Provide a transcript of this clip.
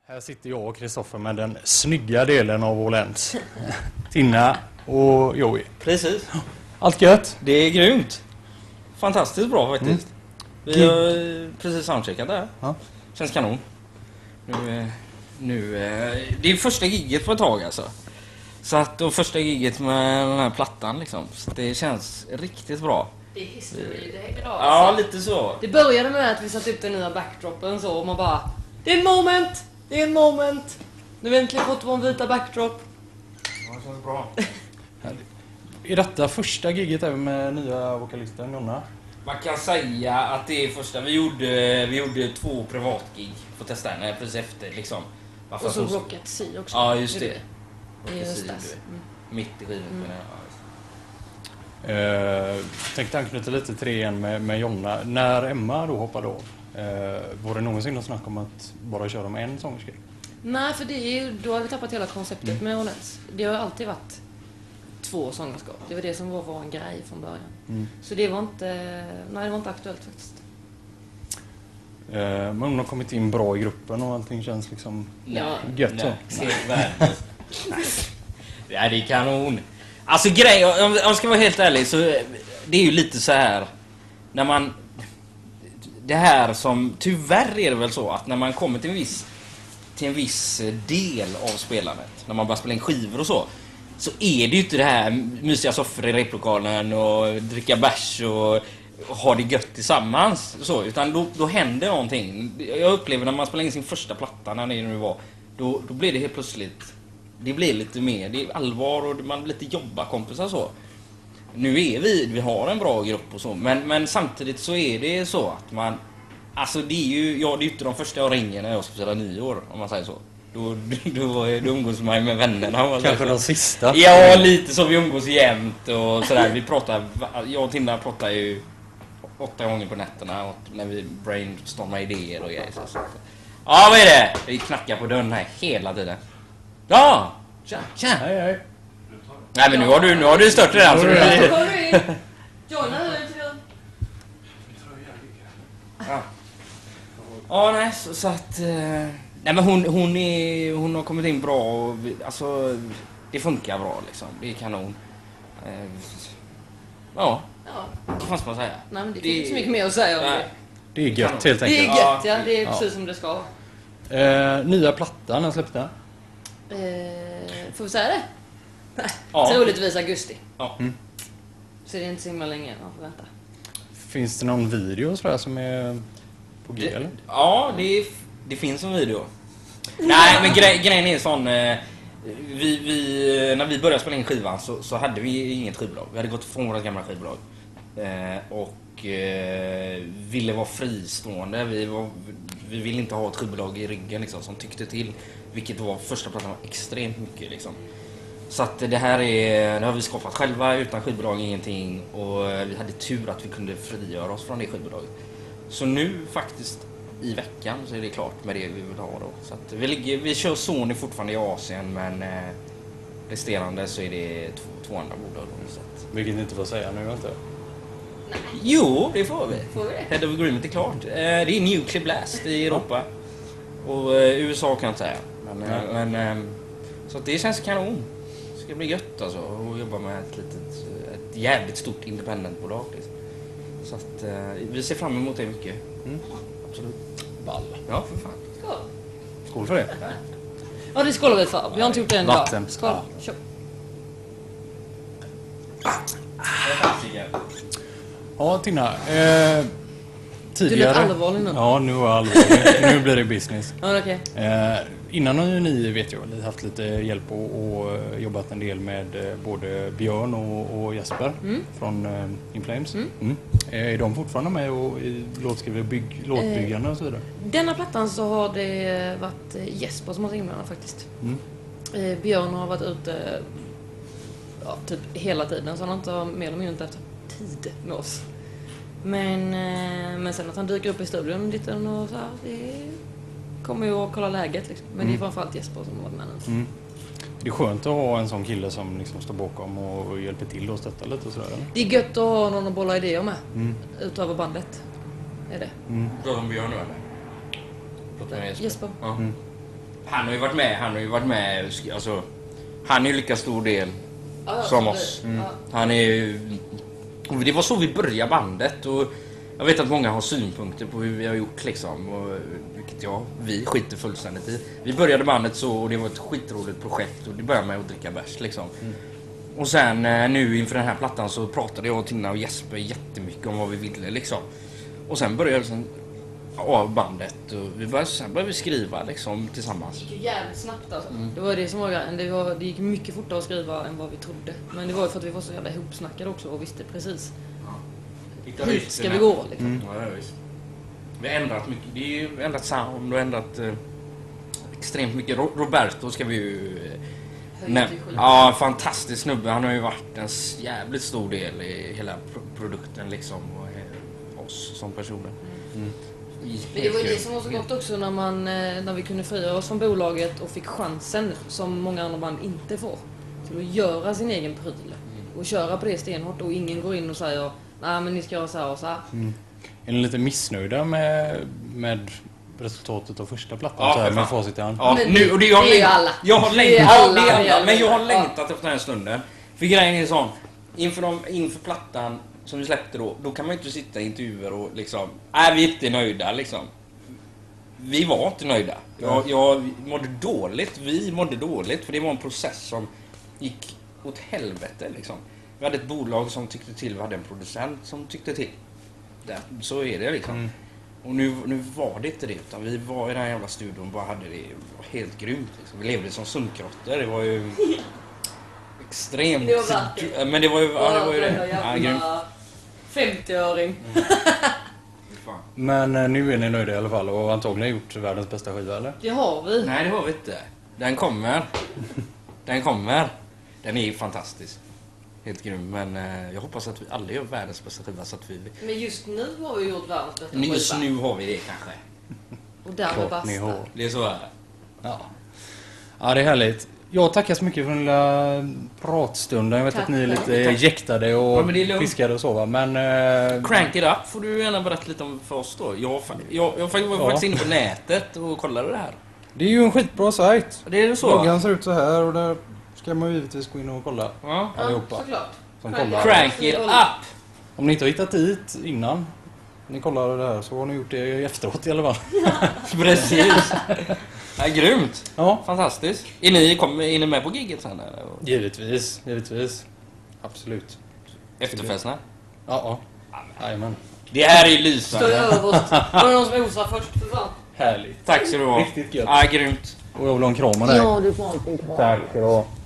Här sitter jag och Kristoffer med den snygga delen av Åhléns. Tina och Joey. Precis. Allt gött? Det är grymt. Fantastiskt bra faktiskt. Vi har precis soundcheckat där. Ja. Känns kanon. Det är första gigget på ett tag alltså. Så att då första gigget med den här plattan liksom. Så det känns riktigt bra. Det är history, det är bra. Ja, alltså. lite så. Det började med att vi satte upp den nya backdropen så och man bara det är en moment! Det är en moment! Nu har vi äntligen fått vår vita backdrop. Ja, det känns bra. Är detta första gigget även med nya vokalisten Jonna? Man kan säga att det är första. Vi gjorde 2 privatgig för att testa henne precis efter liksom. Och så Rocket C också. Ja, just det. I Rocket C, höstas. mitt i skivan. Tänkte anknyta lite till det igen med Jonna. När Emma då hoppade av, var det någonsin något snack om att bara köra med en sångerska? Nej, för det är ju, då har vi tappat hela konceptet med Åhléns. Det har alltid varit 2 sångerskap. Det var det som var vår grej från början. Så det var inte aktuellt faktiskt. Men hon har kommit in bra i gruppen och allting känns liksom gött så. Ja, det är kanon. Alltså grejen, om jag ska vara helt ärlig så det är ju lite så här när man det här som tyvärr är det väl så att när man kommer till en viss del av spelandet, när man bara spelar in skivor och så är det ju inte det här mysiga soffor i replokalen och dricka bärs och ha det gött tillsammans så, utan då händer någonting. Jag upplever när man spelar in sin första platta när det nu var, då blir det helt plötsligt, det blir lite mer, det är allvar och man blir lite jobbarkompisar så. Nu är vi har en bra grupp och så, men samtidigt så är det så att man, alltså det är ju inte de första jag ringer när jag ska fira nyår, om man säger så. Då umgås man med vännerna. Kanske de sista. Ja, lite så, vi umgås jämt och sådär. Vi pratar, jag och Tina pratar ju 8 gånger på nätterna och när vi brainstormar idéer och grejer. Så. Ja, vad är det? Vi knackar på dörren här hela tiden. Ja! Tja! Hej. Nej, men nu har du stört det där. Så Kom du in! Jonna, hur är det? Ja, nej, så att... Nej, men hon har kommit in bra och alltså det funkar bra liksom. Det är kanon. Ja. Vad fan ska man säga? Nej, men det finns inte så mycket mer att säga om det. Det är gött helt Det är enkelt. gött, ja. Det är precis som det ska. Nya plattan, när släppte den? Får vi säga det? Nej, Ja. troligtvis augusti. Ja. Så det är inte så himla länge man får vänta. Finns det någon video så där som är på G eller? Ja, det finns en video. Nej, men grejen är sån. Vi när vi började spela in skivan så hade vi inget skivbolag. Vi hade gått från våra gamla skivbolag. Och ville vara fristående. Vi ville inte ha ett skivbolag i ryggen liksom, som tyckte till. Vilket var första plattan var extremt mycket liksom. Så att det har vi skapat själva utan skivbolag, ingenting. Och vi hade tur att vi kunde frigöra oss från det skivbolaget. Så nu faktiskt i veckan så är det klart med det vi vill ha då. Så att vi kör Sony fortfarande i Asien, men resterande så är det två andra bolag då. Så att... Vilket ni inte får säga nu inte. Jo, det får vi. Får vi det? Head of Agreement är klart. Det är Nuclear Blast i Europa. Och USA kan jag inte säga. Men så att det känns kanon. Det ska bli gött alltså att jobba med ett jävligt stort independentbolag liksom. Så att vi ser fram emot det mycket. Absolut. Ball. Ja, för fan. Skål. Skål för det. Ja, det skålar vi för. Vi har inte gjort det än Vatten. idag. Skål. Kör. Ja, Tina. Du lät allvarlig nu. Ja, nu var jag allvarlig. Nu blir det business. Ja, okej. Innan har ju ni, vet jag, haft lite hjälp och jobbat en del med både Björn och Jesper från In Flames. Är de fortfarande med och låtbyggande och så vidare? Denna plattan så har det varit Jesper som har varit inblandad faktiskt. Björn har varit ute typ hela tiden, så han har inte mer eller mindre inte haft tid med oss. Men sen att han dyker upp i studion lite och så här, det kommer ju att kolla läget liksom. Men det är framförallt Jesper som har varit med nu. Det är skönt att ha en sån kille som liksom står bakom och hjälper till och stöttar lite och sådär. Det är gött att ha någon att bolla idéer med utöver bandet. Är det. Pratar om Björn nu eller? Pratar med Jesper. Ja. Han har ju varit med, alltså, han är ju lika stor del som oss. Han är ju, det var så vi började bandet och jag vet att många har synpunkter på hur vi har gjort liksom, och vilket vi skiter fullständigt i. Vi började bandet så och det var ett skitroligt projekt och det började med att dricka bärs liksom. Och sen nu inför den här plattan så pratade jag och Tina och Jesper jättemycket om vad vi ville liksom. Och sen började av bandet och sen började vi skriva liksom tillsammans. Det gick ju jävligt snabbt alltså. Det var det som var grejen. Det gick mycket fortare att skriva än vad vi trodde. Men det var ju för att vi var så jävla ihopsnackade också och visste precis. Hit ska vi gå liksom. Ja, visst. Vi har ändrat mycket. Det är ju ändrat sound och ändrat extremt mycket. Roberto ska vi ju ja, fantastisk snubbe. Han har ju varit en jävligt stor del i hela produkten liksom och oss som personer. Men det var ju det som var så gott också när vi kunde frigöra oss från bolaget och fick chansen som många andra band inte får till att göra sin egen pryl och köra på det stenhårt och ingen går in och säger nej men ni ska göra så här och så här. Är ni lite missnöjda med resultatet av första plattan Ja, så här, med facit i hand? Ja, Men nu, och det är ju alla. Jag har Det är alla. men jag har längtat efter den här stunden. För grejen är sån, inför plattan som vi släppte då kan man ju inte sitta i intervjuer och liksom, vi är inte nöjda liksom. Vi var inte nöjda. Jag mådde dåligt, vi mådde dåligt för det var en process som gick åt helvete liksom. Vi hade ett bolag som tyckte till, vi hade en producent som tyckte till. Så är det liksom. Och nu var det inte det, utan vi var i den här jävla studion och bara hade det helt grymt liksom. Vi levde som sunkrotter, det var ju extremt. Det var vackert. Men det var ju, det var ju det. Ja, grymt. 50-öring. Men nu är ni nöjda i alla fall och antagligen gjort världens bästa skiva, eller? Det har vi. Nej, det har vi inte. Den kommer. Den är fantastisk. Helt grym, men jag hoppas att vi alla gör världens bästa skiva så att vi... Men just nu har vi gjort världens bästa skiva. Just nu har vi det kanske. Och därmed Klart ni har. basta. Det är så här. Ja, det är härligt. Jag tackar så mycket för den lilla pratstunden. Jag vet Tack. att ni är lite jäktade och Ja, men det är lugnt. piskade och så va. Men... Crank It Up får du gärna berätta lite om för oss då. Jag var faktiskt inne på nätet och kollade det här. Det är ju en skitbra sajt. Det är så. Loggan ser ut så här och där ska man givetvis gå in och kolla. Ja. Allihopa. Såklart. Som kollar. Crank It Up. Om ni inte har hittat dit innan ni kollar det här så har ni gjort det efteråt i alla fall. Precis. Ja, grymt. Ja. Fantastiskt. Är ni med på gigget sen eller? Givetvis. Absolut. Efterfesterna? Ja. Jajamän. Det här är ju Stå lysande. överst. Var det någon som osar först? För fan. Härligt. Tack ska du ha. Riktigt gött. Ja, grymt. Och jag vill ha en kram av dig. Ja, du får allting kvar. Tack ska du ha.